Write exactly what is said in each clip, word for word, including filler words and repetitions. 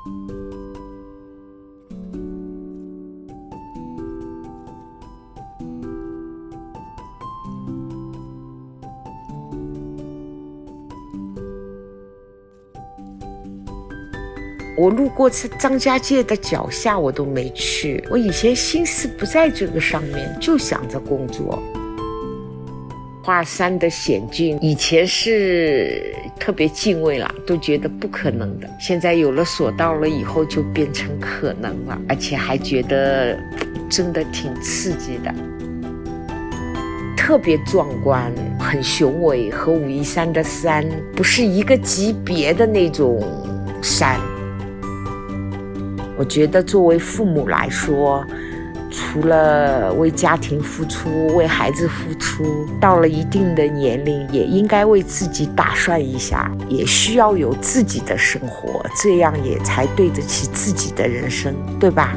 我路过张家界的脚下我都没去，我以前心思不在这个上面，就想着工作。华山的险峻以前是特别敬畏了，都觉得不可能的，现在有了索道了以后就变成可能了，而且还觉得真的挺刺激的，特别壮观，很雄伟，和武夷山的山不是一个级别的那种山。我觉得作为父母来说，除了为家庭付出，为孩子付出，到了一定的年龄也应该为自己打算一下，也需要有自己的生活，这样也才对得起自己的人生，对吧？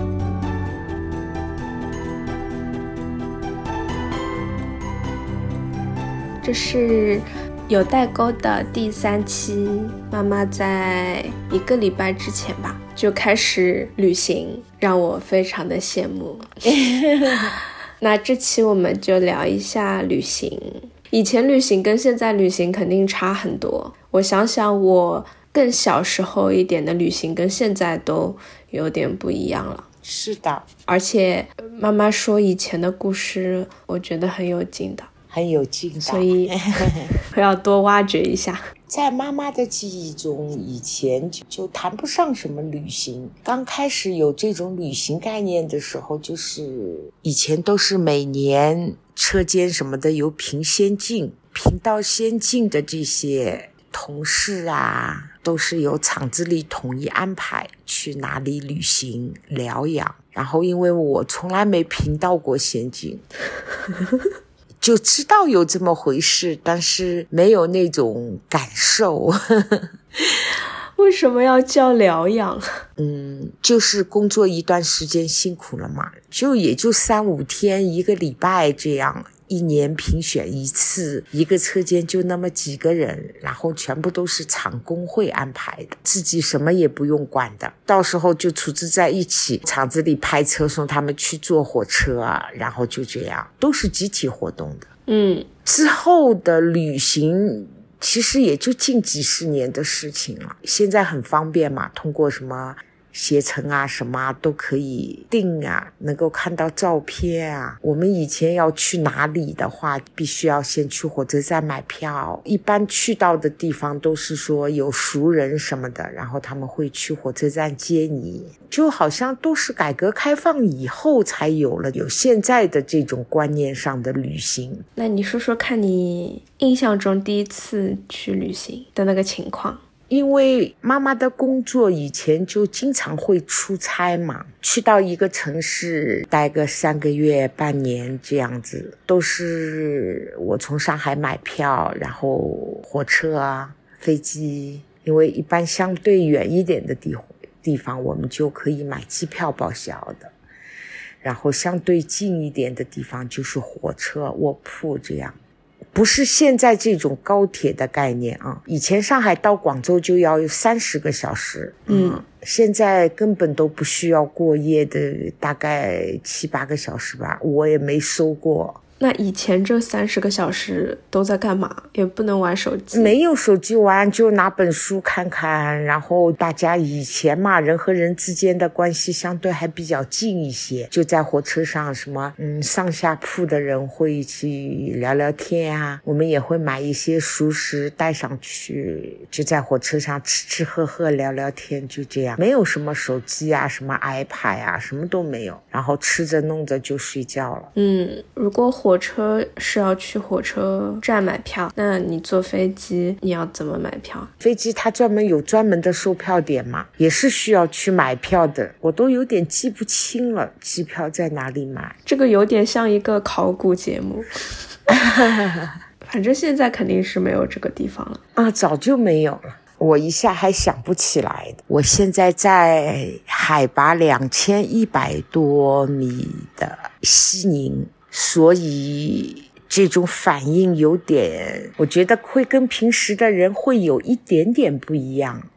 这是有代沟的第三期，妈妈在一个礼拜之前吧就开始旅行，让我非常的羡慕。那这期我们就聊一下旅行。以前旅行跟现在旅行肯定差很多，我想想我更小时候一点的旅行跟现在都有点不一样了。 是的， 而且妈妈说以前的故事我觉得很有劲的， 很有劲的， 所以我要多挖掘一下。 在妈妈的记忆中，以前就就谈不上什么旅行。刚开始有这种旅行概念的时候，就是以前都是每年车间什么的由评先进，评到先进的这些同事啊，都是由厂子里统一安排去哪里旅行疗养。然后因为我从来没评到过先进就知道有这么回事，但是没有那种感受。 为什么要叫疗养？ 嗯，就是工作一段时间辛苦了嘛，就也就三五天一个礼拜这样，一年评选一次，一个车间就那么几个人，然后全部都是厂工会安排的，自己什么也不用管的，到时候就处置在一起，厂子里派车送他们去坐火车啊，然后就这样，都是集体活动的。 嗯， 之后的旅行其实也就近几十年的事情了，现在很方便嘛，通过什么携程啊什么啊都可以订啊，能够看到照片啊。我们以前要去哪里的话，必须要先去火车站买票，一般去到的地方都是说有熟人什么的，然后他们会去火车站接你，就好像都是改革开放以后才有了有现在的这种观念上的旅行。 那你说说看你印象中第一次去旅行的那个情况。 因为妈妈的工作以前就经常会出差嘛，去到一个城市待个三个月半年这样子，都是我从上海买票，然后火车啊飞机，因为一般相对远一点的地地方我们就可以买机票报销的，然后相对近一点的地方就是火车卧铺这样，不是现在这种高铁的概念啊，以前上海到广州就要有三十个小时， 嗯， 现在根本都不需要过夜的，大概七八个小时吧，我也没收过。 那以前这三十个小时都在干嘛？也不能玩手机？ 没有手机玩，就拿本书看看。然后大家以前嘛，人和人之间的关系相对还比较近一些，就在火车上什么，嗯，上下铺的人会一起聊聊天啊。我们也会买一些熟食带上去，就在火车上吃吃喝喝聊聊天，就这样，没有什么手机啊，什么 iPad 啊，什么都没有。然后吃着弄着就睡觉了。 嗯，如果火车是要去火车站买票，那你坐飞机你要怎么买票？ 飞机它专门有专门的售票点嘛，也是需要去买票的，我都有点记不清了，机票在哪里买？ 这个有点像一个考古节目。反正现在肯定是没有这个地方了啊，早就没有了。我一下还想不起来的。我现在在海拔两千一百多米的西宁，所以这种反应有点，我觉得会跟平时的人会有一点点不一样。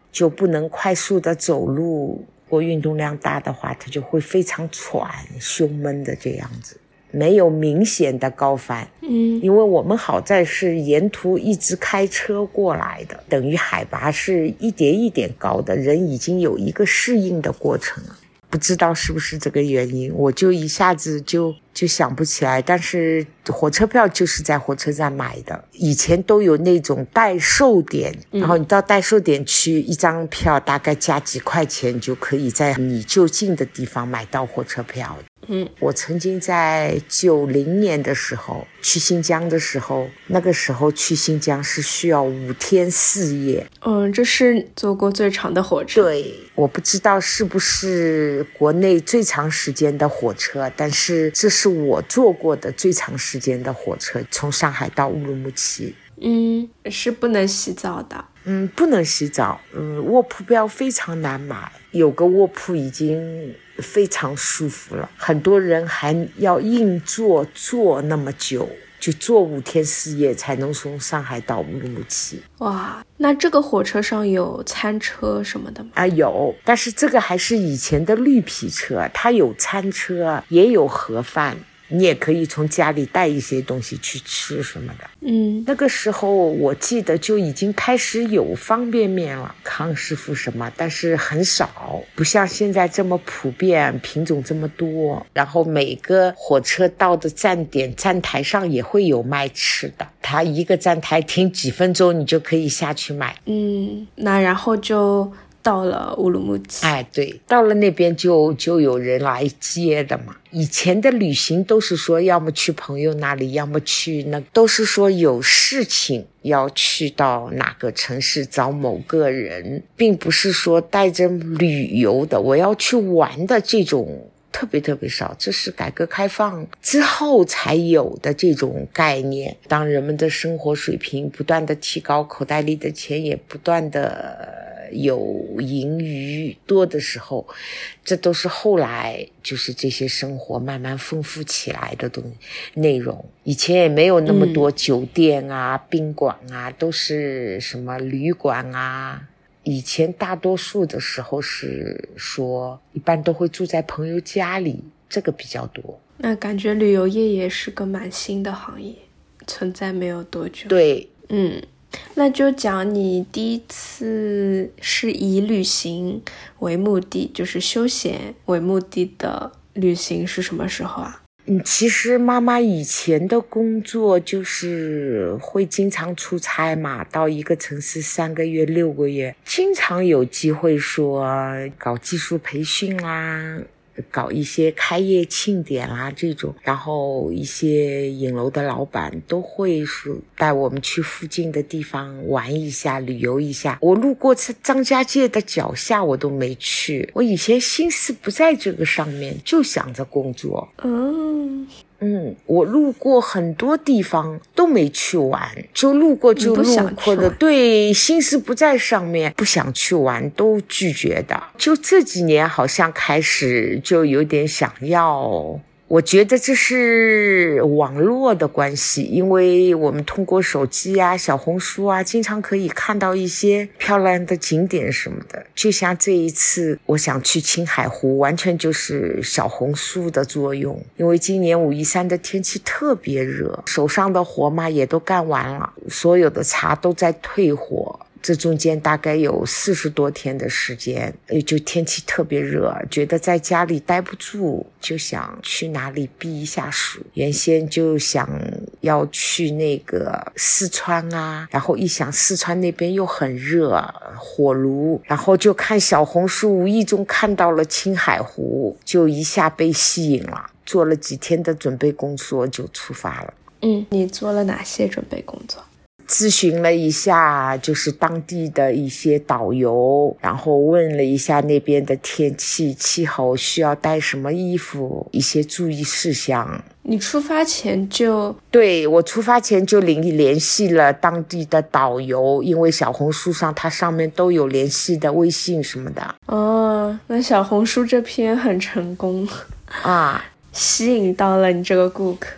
就不能快速的走路，如果运动量大的话，他就会非常喘，胸闷的这样子，没有明显的高反。 嗯， 因为我们好在是沿途一直开车过来的，等于海拔是一点一点高的，人已经有一个适应的过程了。不知道是不是这个原因，我就一下子就就想不起来。但是火车票就是在火车站买的，以前都有那种代售点，然后你到代售点去，一张票大概加几块钱就可以在你就近的地方买到火车票。 嗯， 我曾经在九零年的时候去新疆的时候，那个时候去新疆是需要五天四夜。 嗯，这是坐过最长的火车。 对，我不知道是不是国内最长时间的火车，但是这是我坐过的最长时间的火车，从上海到乌鲁木齐。 嗯，是不能洗澡的。 嗯，不能洗澡。嗯，卧铺票非常难买，有个卧铺已经非常舒服了，很多人还要硬坐坐那么久，就坐五天四夜才能从上海到乌鲁木齐。 哇，那这个火车上有餐车什么的吗？ 啊，有，但是这个还是以前的绿皮车，它有餐车，也有盒饭，你也可以从家里带一些东西去吃什么的。 嗯， 那个时候我记得就已经开始有方便面了，康师傅什么，但是很少，不像现在这么普遍，品种这么多。然后每个火车到的站点站台上也会有卖吃的，它一个站台停几分钟你就可以下去买。 嗯，那然后就到了乌鲁木齐。 哎，对，到了那边就就有人来接的嘛。以前的旅行都是说要么去朋友那里，要么去那，都是说有事情要去到哪个城市找某个人，并不是说带着旅游的我要去玩的这种特别特别少，这是改革开放之后才有的这种概念。当人们的生活水平不断的提高，口袋里的钱也不断的有盈余多的时候，这都是后来就是这些生活慢慢丰富起来的东西内容。以前也没有那么多酒店啊、嗯、宾馆啊，都是什么旅馆啊。以前大多数的时候是说一般都会住在朋友家里，这个比较多。 那感觉旅游业也是个蛮新的行业，存在没有多久。 对， 嗯，那就讲你第一次是以旅行为目的，就是休闲为目的的旅行是什么时候啊？ 嗯，其实妈妈以前的工作就是会经常出差嘛，到一个城市三个月、六个月，经常有机会说搞技术培训啦，搞一些开业庆典啦这种，然后一些影楼的老板都会说带我们去附近的地方玩一下，旅游一下。我路过张家界的脚下我都没去，我以前心思不在这个上面，就想着工作。 嗯嗯，我路过很多地方都没去玩，就路过就路过的，对，心思不在上面，不想去玩，都拒绝的。就这几年好像开始就有点想要，我觉得这是网络的关系，因为我们通过手机啊、小红书啊，经常可以看到一些漂亮的景点什么的。就像这一次我想去青海湖，完全就是小红书的作用，因为今年武夷山的天气特别热，手上的活嘛也都干完了，所有的茶都在退火，这中间大概有四十多天的时间，就天气特别热，觉得在家里待不住，就想去哪里避一下暑。原先就想要去那个四川啊，然后一想四川那边又很热，火炉，然后就看小红书，无意中看到了青海湖，就一下被吸引了，做了几天的准备工作就出发了。 嗯，你做了哪些准备工作？ 咨询了一下就是当地的一些导游，然后问了一下那边的天气气候，需要带什么衣服，一些注意事项。 你出发前就对，我出发前就联联系了当地的导游，因为小红书上它上面都有联系的微信什么的。 哦，那小红书这篇很成功啊， 吸引到了你这个顾客。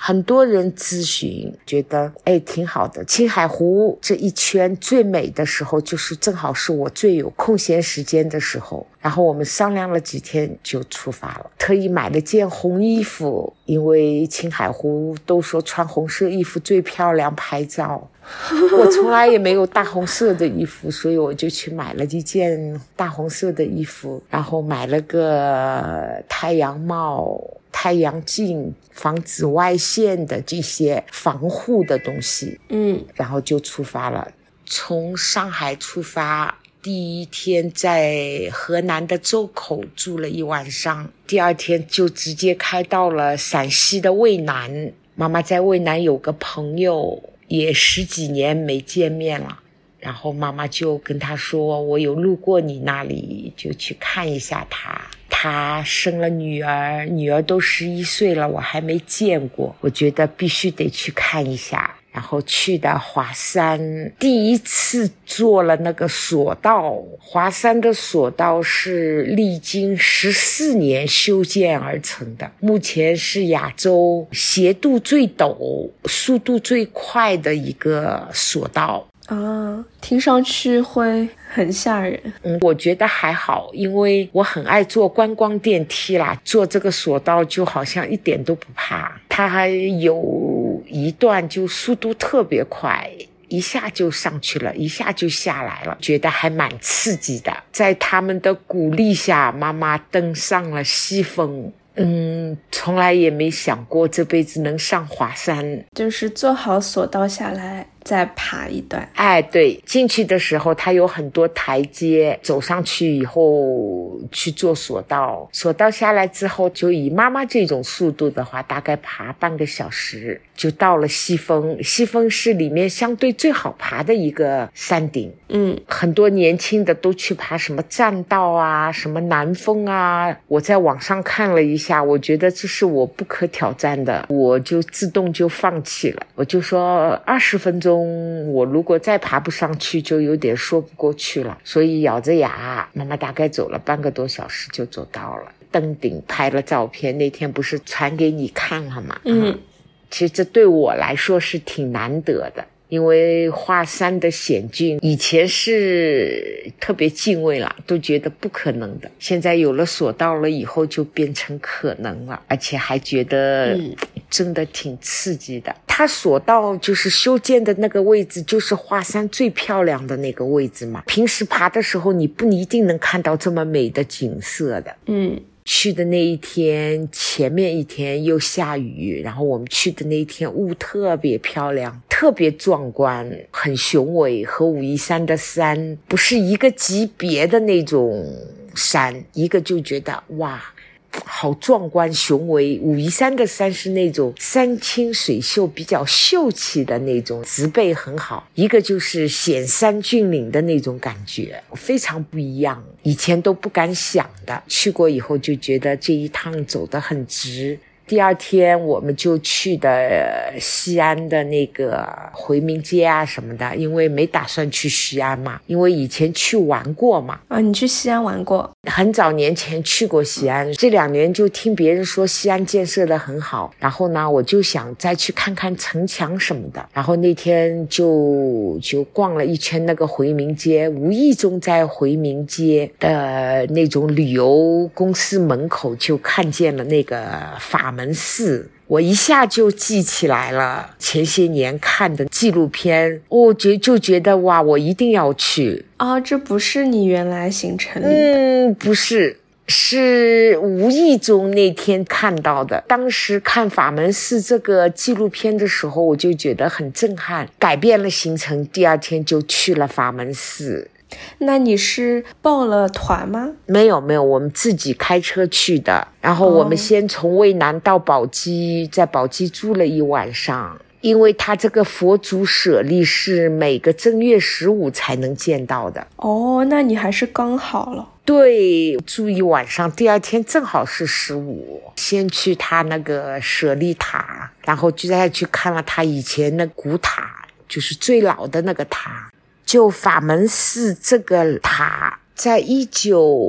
很多人咨询，觉得哎挺好的。青海湖这一圈最美的时候，就是正好是我最有空闲时间的时候。然后我们商量了几天就出发了，特意买了件红衣服，因为青海湖都说穿红色衣服最漂亮拍照。我从来也没有大红色的衣服，所以我就去买了一件大红色的衣服，然后买了个太阳帽、太阳镜、防紫外线的这些防护的东西。 嗯， 然后就出发了。从上海出发，第一天在河南的周口住了一晚上，第二天就直接开到了陕西的渭南。妈妈在渭南有个朋友，也十几年没见面了，然后妈妈就跟他说，我有路过你那里，就去看一下他。他生了女儿，女儿都十一岁了，我还没见过，我觉得必须得去看一下。然后去的华山，第一次做了那个索道。华山的索道是历经十四年修建而成的，目前是亚洲斜度最陡、速度最快的一个索道。 啊，听上去会很吓人。 嗯，我觉得还好，因为我很爱坐观光电梯啦，坐这个索道就好像一点都不怕。它还有一段就速度特别快，一下就上去了，一下就下来了，觉得还蛮刺激的。在他们的鼓励下，妈妈登上了西峰。嗯，从来也没想过这辈子能上华山， 就是做好索道下来再爬一段。 哎，对，进去的时候它有很多台阶，走上去以后去做索道，索道下来之后，就以妈妈这种速度的话，大概爬半个小时就到了西峰。西峰是里面相对最好爬的一个山顶。 嗯， 很多年轻的都去爬什么栈道啊，什么南峰啊，我在网上看了一下，我觉得这是我不可挑战的，我就自动就放弃了。我就说二十分钟，我如果再爬不上去就有点说不过去了，所以咬着牙，妈妈大概走了半个多小时就走到了登顶，拍了照片，那天不是传给你看了吗？ 嗯， 其实这对我来说是挺难得的，因为华山的险峻以前是特别敬畏了，都觉得不可能的，现在有了索道了以后就变成可能了，而且还觉得真的挺刺激的。它索道就是修建的那个位置，就是华山最漂亮的那个位置嘛，平时爬的时候你不一定能看到这么美的景色的。 嗯， 去的那一天，前面一天又下雨，然后我们去的那一天雾特别漂亮，特别壮观，很雄伟，和武夷山的山不是一个级别的那种山，一个就觉得哇好壮观雄伟，武夷山的山是那种山清水秀比较秀气的那种，植被很好，一个就是显山峻岭的那种感觉，非常不一样，以前都不敢想的，去过以后就觉得这一趟走得很值。第二天我们就去的西安的那个回民街啊什么的，因为没打算去西安嘛，因为以前去玩过嘛。 啊，你去西安玩过？ 很早年前去过西安，这两年就听别人说西安建设得很好，然后呢我就想再去看看城墙什么的，然后那天就就逛了一圈那个回民街，无意中在回民街的那种旅游公司门口就看见了那个法门寺，我一下就记起来了前些年看的纪录片，我觉就觉得哇，我一定要去。 哦，这不是你原来行程里的？ 嗯，不是，是无意中那天看到的。当时看法门寺这个纪录片的时候，我就觉得很震撼，改变了行程，第二天就去了法门寺。 那你是报了团吗？ 没有没有，我们自己开车去的。然后我们先从渭南到宝鸡，在宝鸡住了一晚上，因为他这个佛祖舍利是每个正月十五才能见到的。 哦，那你还是刚好了。 对，住一晚上，第二天正好是十五，先去他那个舍利塔，然后就再去看了他以前的古塔，就是最老的那个塔。就法门寺这个塔在一九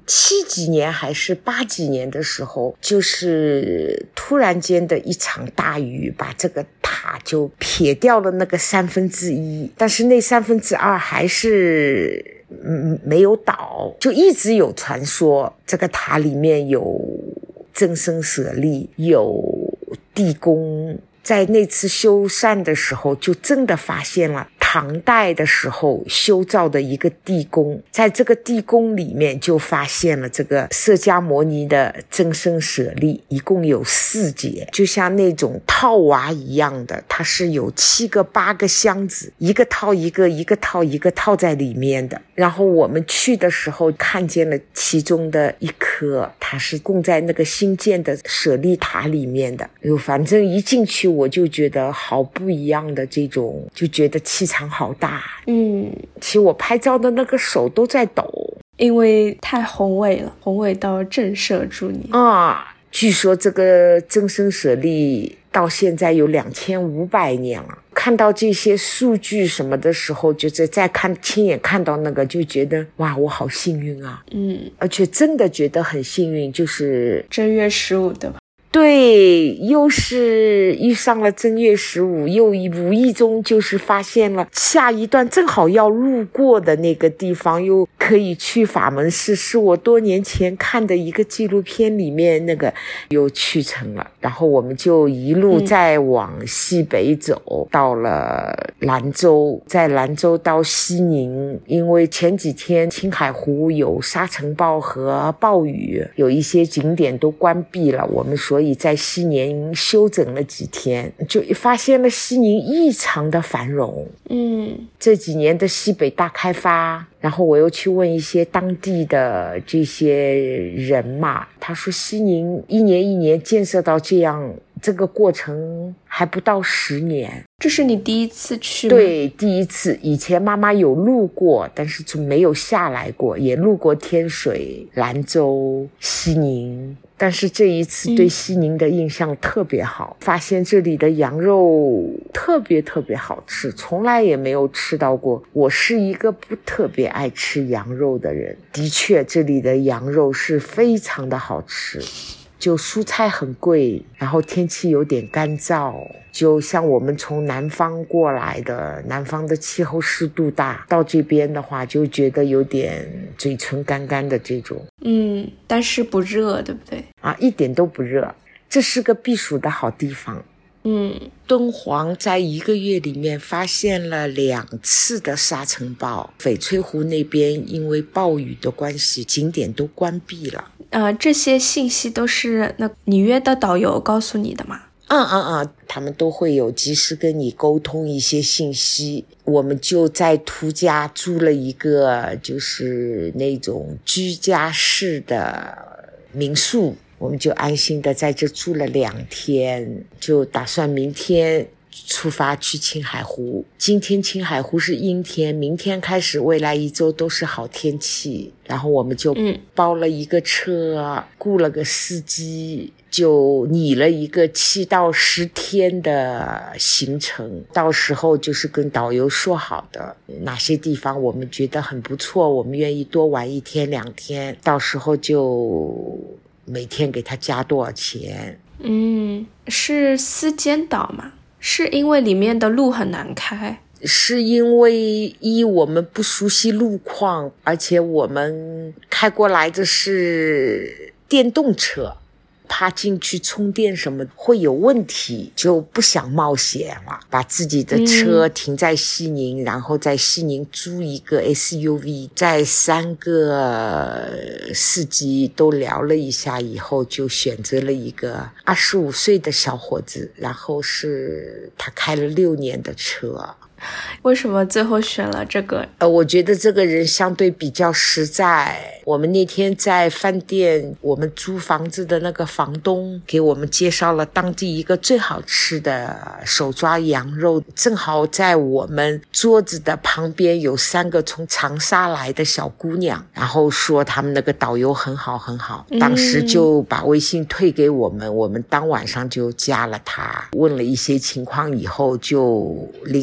七几年还是八几年的时候，就是突然间的一场大雨，把这个塔就撇掉了那个三分之一，但是那三分之二还是嗯没有倒，就一直有传说这个塔里面有增生舍利，有地宫。在那次修缮的时候，就真的发现了唐代的时候修造的一个地宫，在这个地宫里面就发现了这个释迦牟尼的增生舍利，一共有四节，就像那种套娃一样的，它是有七个八个箱子，一个套一个，一个套一个套在里面的。然后我们去的时候看见了其中的一颗，它是供在那个新建的舍利塔里面的。哎呦，反正一进去我就觉得好不一样的这种，就觉得气场好大。 嗯， 其实我拍照的那个手都在抖， 因为太宏伟了，宏伟到震慑住你啊。据说这个增生舍利到现在有两千五百年了。看到这些数据什么的时候，就是再看亲眼看到那个，就觉得哇，我好幸运啊。 嗯， 而且真的觉得很幸运，就是正月十五对吧？ 对，又是遇上了正月十五，又无意中就是发现了下一段正好要路过的那个地方，又可以去法门寺，是我多年前看的一个纪录片里面那个又去成了。然后我们就一路再往西北走，嗯、到了兰州，在兰州到西宁，因为前几天青海湖有沙尘暴和暴雨，有一些景点都关闭了，我们所以在西宁休整了几天，就发现了西宁异常的繁荣。 嗯， 这几年的西北大开发，然后我又去问一些当地的这些人嘛，他说西宁一年一年建设到这样，这个过程还不到十年。 这是你第一次去吗？ 对，第一次。以前妈妈有路过，但是就没有下来过，也路过天水、兰州、西宁，但是这一次对西宁的印象特别好，嗯、发现这里的羊肉特别特别好吃，从来也没有吃到过。我是一个不特别爱吃羊肉的人，的确这里的羊肉是非常的好吃。就蔬菜很贵，然后天气有点干燥，就像我们从南方过来的，南方的气候湿度大，到这边的话就觉得有点嘴唇干干的这种。 嗯，但是不热，对不对？ 啊，一点都不热，这是个避暑的好地方。 嗯， 敦煌在一个月里面发现了两次的沙尘暴，翡翠湖那边因为暴雨的关系，景点都关闭了。 呃，这些信息都是那你约的导游告诉你的吗？ 嗯嗯嗯，他们都会有及时跟你沟通一些信息。我们就在途家租了一个就是那种居家式的民宿，我们就安心的在这住了两天，就打算明天出发去青海湖。今天青海湖是阴天，明天开始未来一周都是好天气。然后我们就包了一个车，嗯、雇了个司机，就拟了一个七到十天的行程。到时候就是跟导游说好的，哪些地方我们觉得很不错，我们愿意多玩一天两天，到时候就每天给他加多少钱。 嗯，是丝间岛吗？是因为里面的路很难开？ 是因为一我们不熟悉路况，而且我们开过来的是电动车，怕进去充电什么会有问题，就不想冒险了，把自己的车停在西宁，嗯、然后在西宁租一个 S U V， 在三个司机都聊了一下以后，就选择了一个二十五岁的小伙子，然后是他开了六年的车。 为什么最后选了这个？ 呃，我觉得这个人相对比较实在。我们那天在饭店，我们租房子的那个房东给我们介绍了当地一个最好吃的手抓羊肉，正好在我们桌子的旁边有三个从长沙来的小姑娘，然后说他们那个导游很好很好，当时就把微信推给我们，嗯、我们当晚上就加了他，问了一些情况以后就临时决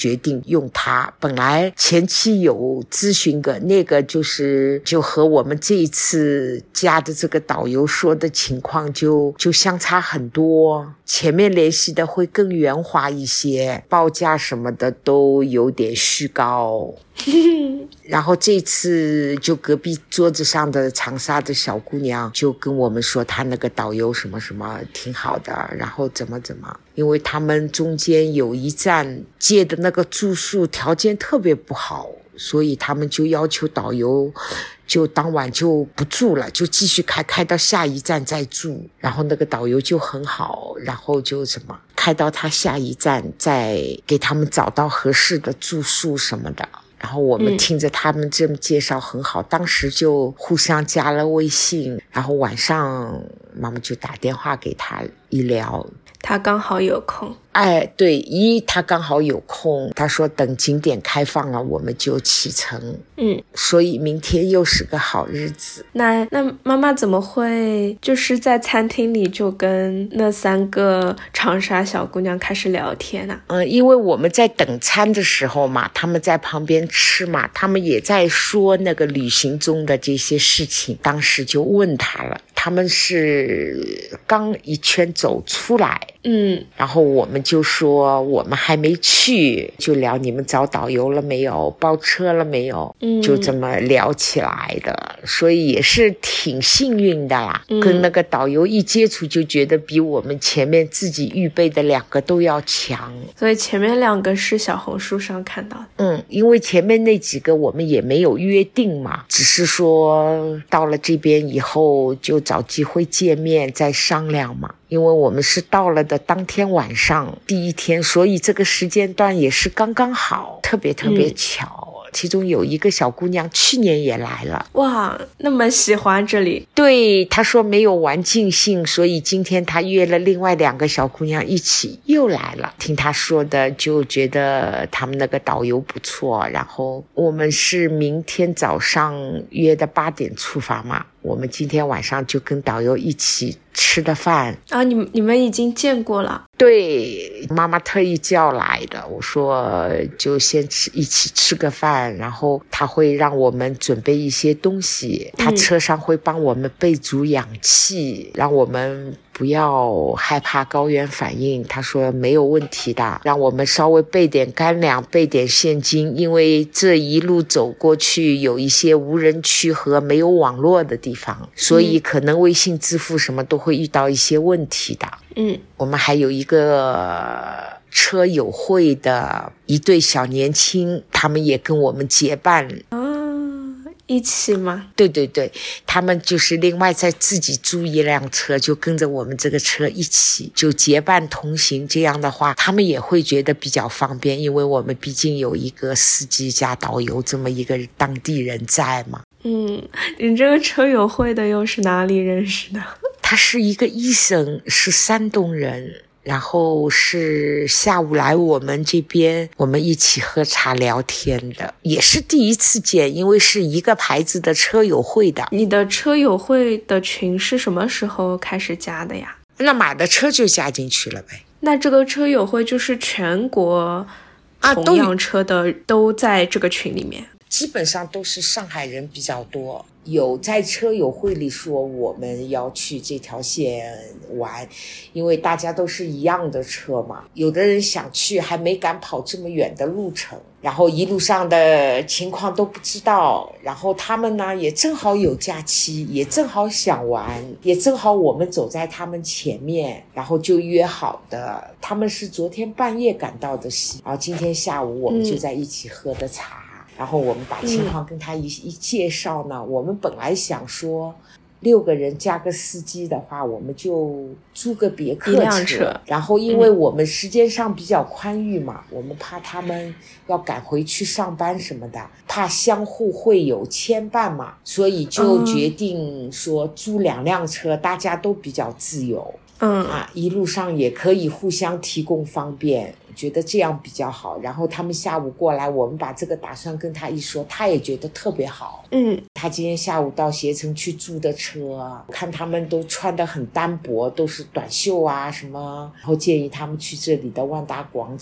决定用它。本来前期有咨询个那个就是就和我们这一次加的这个导游说的情况就就相差很多，前面联系的会更圆滑一些，报价什么的都有点虚高。然后这次就隔壁桌子上的长沙的小姑娘就跟我们说她那个导游什么什么挺好的，然后怎么怎么，因为他们中间有一站借的那个住宿条件特别不好，所以他们就要求导游就当晚就不住了，就继续开开到下一站再住。然后那个导游就很好，然后就什么开到他下一站再给他们找到合适的住宿什么的。然后我们听着他们这么介绍很好、嗯、当时就互相加了微信，然后晚上妈妈就打电话给他一聊， 他刚好有空。 哎，对，一他刚好有空，他说等景点开放了我们就启程。 嗯， 所以明天又是个好日子。 那那妈妈怎么会就是在餐厅里就跟那三个长沙小姑娘开始聊天啊？ 嗯，因为我们在等餐的时候嘛，他们在旁边吃嘛，他们也在说那个旅行中的这些事情，当时就问他了。他们是刚一圈走出来， 嗯， 然后我们就说我们还没去，就聊你们找导游了没有，包车了没有，嗯，就这么聊起来的，所以也是挺幸运的啦、嗯、跟那个导游一接触就觉得比我们前面自己预备的两个都要强。 所以前面两个是小红书上看到的。 嗯，因为前面那几个我们也没有约定嘛，只是说到了这边以后就找机会见面再商量嘛。因为我们是到了的当天晚上第一天，所以这个时间段也是刚刚好，特别特别巧、嗯、其中有一个小姑娘去年也来了。 哇，那么喜欢这里。 对，她说没有玩尽兴，所以今天她约了另外两个小姑娘一起又来了。听她说的就觉得他们那个导游不错，然后我们是明天早上约的八点出发嘛，我们今天晚上就跟导游一起吃的饭啊。你们你们已经见过了？ 对，妈妈特意叫来的，我说就先吃一起吃个饭，然后他会让我们准备一些东西，他车上会帮我们备足氧气、嗯、让我们不要害怕高原反应，他说没有问题的，让我们稍微备点干粮备点现金，因为这一路走过去有一些无人区和没有网络的地方，所以可能微信支付什么都会遇到一些问题的。 嗯， 我们还有一个车友会的一对小年轻，他们也跟我们结伴啊，一起吗？ 对对对，他们就是另外再自己租一辆车，就跟着我们这个车一起就结伴同行，这样的话他们也会觉得比较方便，因为我们毕竟有一个司机加导游这么一个当地人在嘛。 嗯，你这个车友会的又是哪里认识的？ 他是一个医生，是山东人，然后是下午来我们这边，我们一起喝茶聊天的，也是第一次见，因为是一个牌子的车友会的。 你的车友会的群是什么时候开始加的呀？ 那买的车就加进去了呗。 那这个车友会就是全国同样车的、啊、都, 都在这个群里面？ 基本上都是上海人比较多，有在车友会里说我们要去这条线玩，因为大家都是一样的车嘛，有的人想去还没敢跑这么远的路程，然后一路上的情况都不知道，然后他们呢也正好有假期，也正好想玩，也正好我们走在他们前面，然后就约好的。他们是昨天半夜赶到的西，然后今天下午我们就在一起喝的茶、嗯，然后我们把情况跟他一、嗯、一介绍呢，我们本来想说六个人加个司机的话，我们就租个别克车， 一辆车， 然后因为我们时间上比较宽裕嘛、嗯、我们怕他们要赶回去上班什么的，怕相互会有牵绊嘛，所以就决定说租两辆车、嗯、大家都比较自由， 嗯啊，一路上也可以互相提供方便，觉得这样比较好。然后他们下午过来，我们把这个打算跟他一说，他也觉得特别好。 嗯， 他今天下午到携程去租的车，看他们都穿得很单薄，都是短袖啊什么，然后建议他们去这里的万达广场。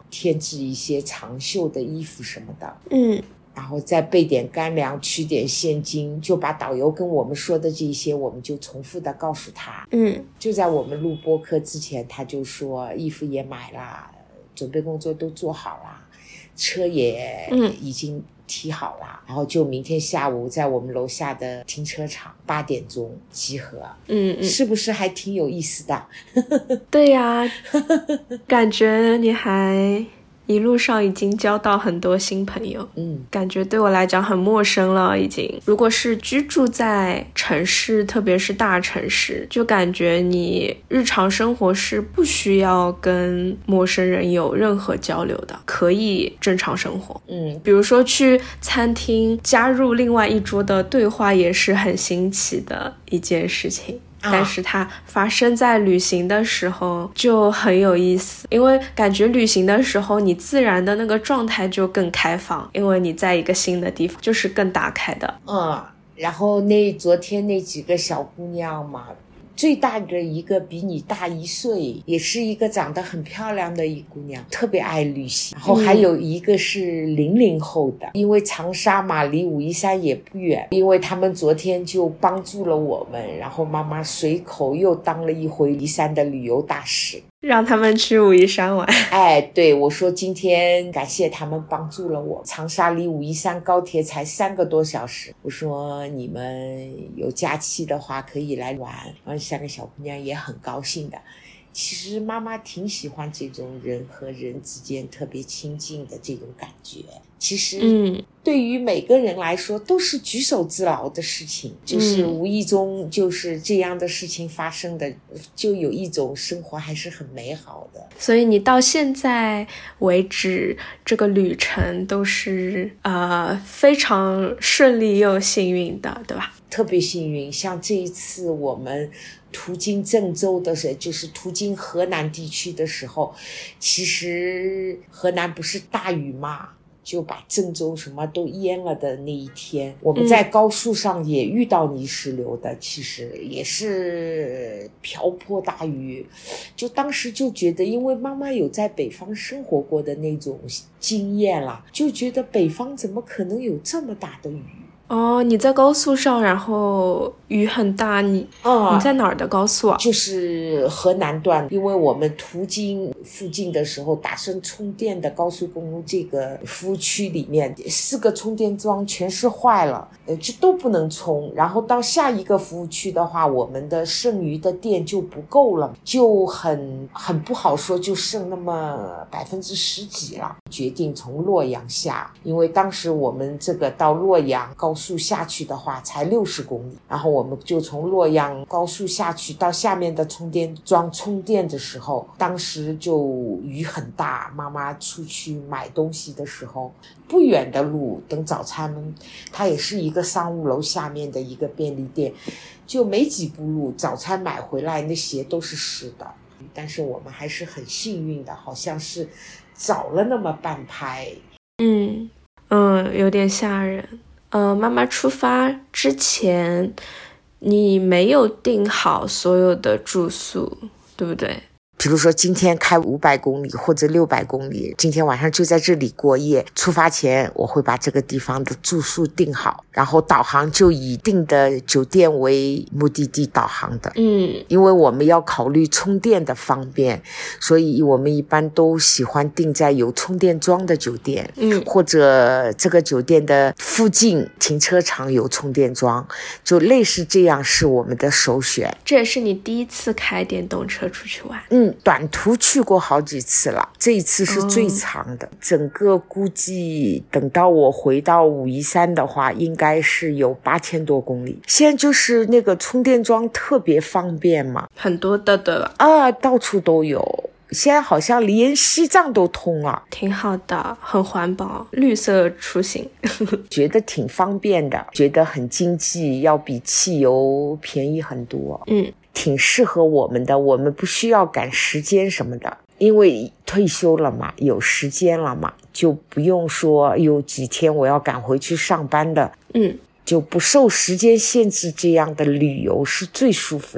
添置一些长袖的衣服什么的。 嗯， 然后再备点干粮，取点现金，就把导游跟我们说的这些我们就重复的告诉他。 嗯， 就在我们录播课之前，他就说衣服也买了，准备工作都做好了，车也已经提好了、嗯、然后就明天下午在我们楼下的停车场八点钟集合。 嗯嗯， 是不是还挺有意思的？ 对呀、啊、感觉你还一路上已经交到很多新朋友， 嗯， 感觉对我来讲很陌生了已经。如果是居住在城市，特别是大城市，就感觉你日常生活是不需要跟陌生人有任何交流的，可以正常生活。 嗯， 比如说去餐厅加入另外一桌的对话也是很新奇的一件事情。但是它发生在旅行的时候就很有意思，因为感觉旅行的时候你自然的那个状态就更开放，因为你在一个新的地方就是更打开的。 嗯，然后那昨天那几个小姑娘嘛，最大的一个比你大一岁，也是一个长得很漂亮的一姑娘，特别爱旅行。然后还有一个是零零后的、嗯、因为长沙嘛离武夷山也不远，因为他们昨天就帮助了我们，然后妈妈随口又当了一回武夷山的旅游大使， 让他们去武夷山玩。 哎，对，我说今天感谢他们帮助了我，长沙离武夷山高铁才三个多小时，我说你们有假期的话可以来玩。然后三个小姑娘也很高兴的。其实妈妈挺喜欢这种人和人之间特别亲近的这种感觉，其实嗯，对于每个人来说都是举手之劳的事情、嗯、就是无意中就是这样的事情发生的，就有一种生活还是很美好的。 所以你到现在为止这个旅程都是呃非常顺利又幸运的，对吧？ 特别幸运，像这一次我们途经郑州的时候，就是途经河南地区的时候，其实河南不是大雨嘛，就把郑州什么都淹了的那一天，我们在高速上也遇到泥石流的、嗯、其实也是瓢泼大雨，就当时就觉得，因为妈妈有在北方生活过的那种经验啦，就觉得北方怎么可能有这么大的雨。 哦，你在高速上，然后雨很大，你、嗯、你在哪儿的高速啊？ 就是河南段，因为我们途经附近的时候打算充电的高速公路这个服务区里面，四个充电桩全是坏了，呃，就都不能充。然后到下一个服务区的话，我们的剩余的电就不够了，就很很不好说，就剩那么百分之十几了。决定从洛阳下，因为当时我们这个到洛阳高速下去的话才六十公里，然后我们就从洛阳高速下去到下面的充电桩充电的时候，当时就雨很大，妈妈出去买东西的时候，不远的路等早餐，它也是一个商务楼下面的一个便利店，就没几步路，早餐买回来那鞋都是湿的。但是我们还是很幸运的，好像是早了那么半拍。 嗯嗯，有点吓人。呃，妈妈出发之前你没有订好所有的住宿，对不对？ 比如说今天开五百公里或者六百公里，今天晚上就在这里过夜，出发前我会把这个地方的住宿订好，然后导航就以订的酒店为目的地导航的。嗯，因为我们要考虑充电的方便，所以我们一般都喜欢订在有充电桩的酒店，嗯，或者这个酒店的附近停车场有充电桩，就类似这样是我们的首选。 这也是你第一次开电动车出去玩？ 嗯，短途去过好几次了，这一次是最长的、哦、整个估计等到我回到武夷山的话应该是有八千多公里。现在就是那个充电桩特别方便嘛， 很多的对吧？ 啊，到处都有，现在好像连西藏都通了， 挺好的，很环保，绿色出行觉得挺方便的，觉得很经济，要比汽油便宜很多。嗯，挺适合我们的，我们不需要赶时间什么的，因为退休了嘛，有时间了嘛，就不用说有几天我要赶回去上班的。嗯，就不受时间限制，这样的旅游是最舒服的。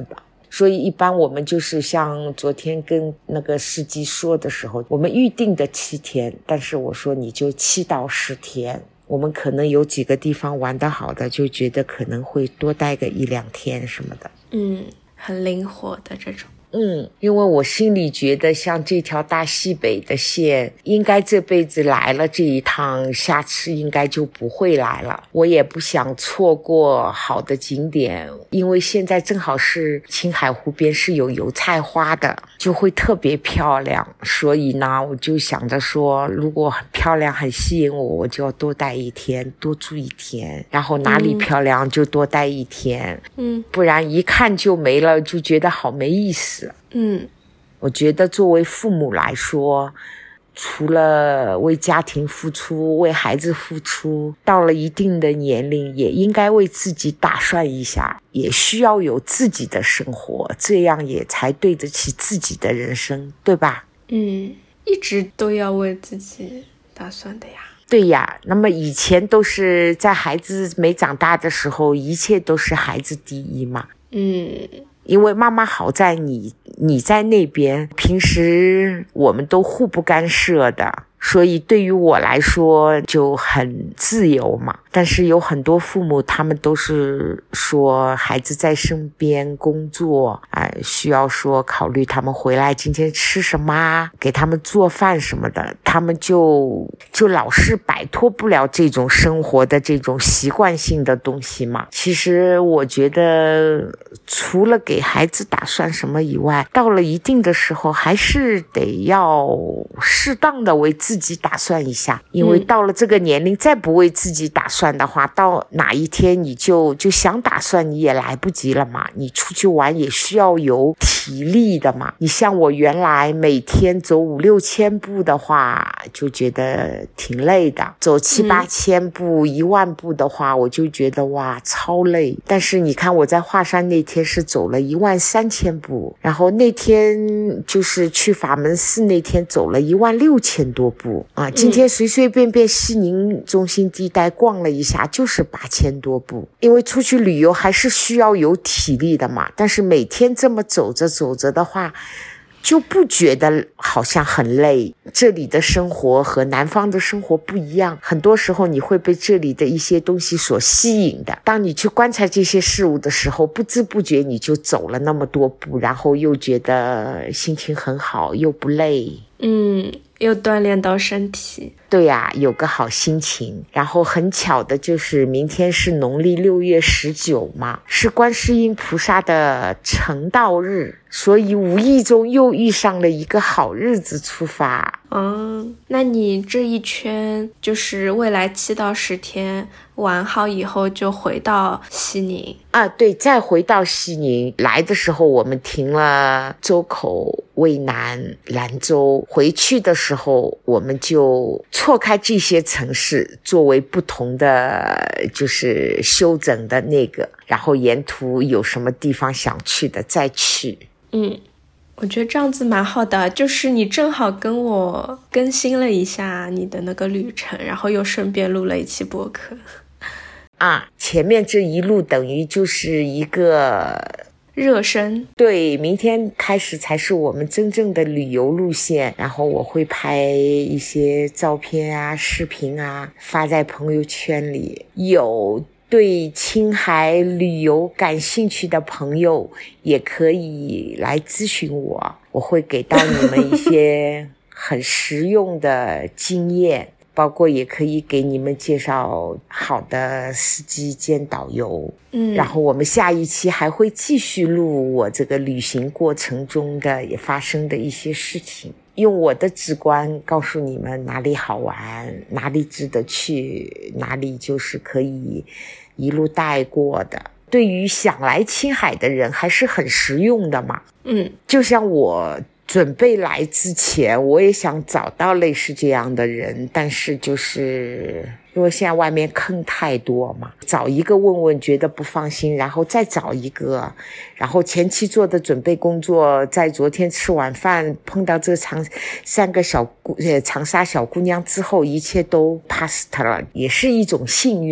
所以一般我们就是像昨天跟那个司机说的时候，我们预定的七天，但是我说你就七到十天，我们可能有几个地方玩得好的，就觉得可能会多待个一两天什么的。 嗯，很灵活的这种。 嗯，因为我心里觉得像这条大西北的线，应该这辈子来了这一趟，下次应该就不会来了。我也不想错过好的景点，因为现在正好是青海湖边是有油菜花的，就会特别漂亮。所以呢，我就想着说，如果很漂亮很吸引我，我就要多待一天，多住一天，然后哪里漂亮就多待一天。 嗯， 不然一看就没了，就觉得好没意思。 嗯， 我觉得作为父母来说，除了为家庭付出，为孩子付出，到了一定的年龄也应该为自己打算一下，也需要有自己的生活，这样也才对得起自己的人生，对吧？ 嗯，一直都要为自己打算的呀。 对呀，那么以前都是在孩子没长大的时候，一切都是孩子第一嘛。 嗯， 因为妈妈好在你你在那边，平时我们都互不干涉的，所以对于我来说就很自由嘛。但是有很多父母他们都是说孩子在身边工作，哎，需要说考虑他们回来今天吃什么，给他们做饭什么的，他们就就老是摆脱不了这种生活的这种习惯性的东西嘛。其实我觉得除了给孩子打算什么以外，到了一定的时候还是得要适当的为自己打算一下，因为到了这个年龄再不为自己打算的话，到哪一天你就就想打算你也来不及了嘛。你出去玩也需要有体力的嘛。你像我原来每天走五六千步的话就觉得挺累的，走七八千步、嗯、一万步的话我就觉得哇超累。但是你看我在华山那天是走了一万三千步，然后那天就是去法门寺那天走了一万六千多步啊。今天随随便便西宁中心地带逛了一下就是八千多步。因为出去旅游还是需要有体力的嘛，但是每天这么走着走着的话就不觉得好像很累。这里的生活和南方的生活不一样，很多时候你会被这里的一些东西所吸引的。当你去观察这些事物的时候，不知不觉你就走了那么多步，然后又觉得心情很好，又不累。 嗯，又锻炼到身体。 对呀、啊，有个好心情。然后很巧的就是明天是农历六月十九嘛，是观世音菩萨的成道日，所以无意中又遇上了一个好日子出发。 嗯，那你这一圈就是未来七到十天玩好以后就回到西宁啊？对，再回到西宁。来的时候我们停了周口、渭南、兰州，回去的时候我们就错开这些城市作为不同的就是休整的那个，然后沿途有什么地方想去的再去。 嗯，我觉得这样子蛮好的，就是你正好跟我更新了一下你的那个旅程，然后又顺便录了一期播客啊。前面这一路等于就是一个热身， 对，明天开始才是我们真正的旅游路线，然后我会拍一些照片啊、视频啊发在朋友圈里。有对青海旅游感兴趣的朋友也可以来咨询我，我会给到你们一些很实用的经验，包括也可以给你们介绍好的司机兼导游。嗯，然后我们下一期还会继续录我这个旅行过程中的也发生的一些事情，用我的直观告诉你们哪里好玩，哪里值得去，哪里就是可以一路带过的。对于想来青海的人还是很实用的嘛。嗯，就像我准备来之前我也想找到类似这样的人，但是就是因为现在外面坑太多嘛，找一个问问觉得不放心，然后再找一个，然后前期做的准备工作，在昨天吃晚饭碰到这长三个小姑呃长沙小姑娘之后，一切都 past 了，也是一种幸运嘛。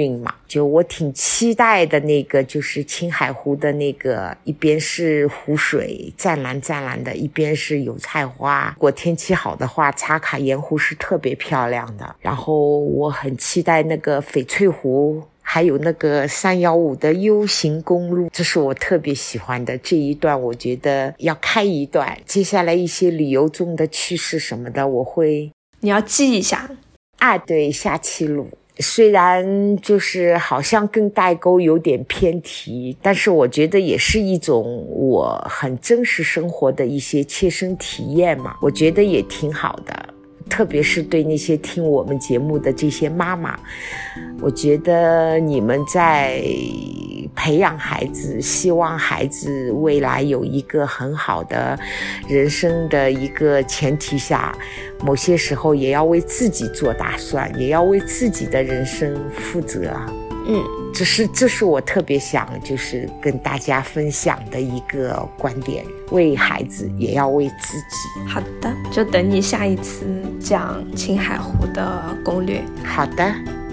就我挺期待的那个就是青海湖的那个，一边是湖水湛蓝湛蓝的，一边是油菜花，如果天气好的话茶卡盐湖是特别漂亮的。然后我很期待那个翡翠湖，还有那个三一五的 U 型公路，这是我特别喜欢的这一段，我觉得要开一段。接下来一些旅游中的趣事什么的我会你要记一下啊，对，下期录。虽然就是好像跟代沟有点偏题，但是我觉得也是一种我很真实生活的一些切身体验嘛，我觉得也挺好的。特别是对那些听我们节目的这些妈妈，我觉得你们在培养孩子，希望孩子未来有一个很好的人生的一个前提下，某些时候也要为自己做打算，也要为自己的人生负责。 嗯， 这是这是我特别想就是跟大家分享的一个观点，为孩子也要为自己。 好的，就等你下一次讲青海湖的攻略。 好的。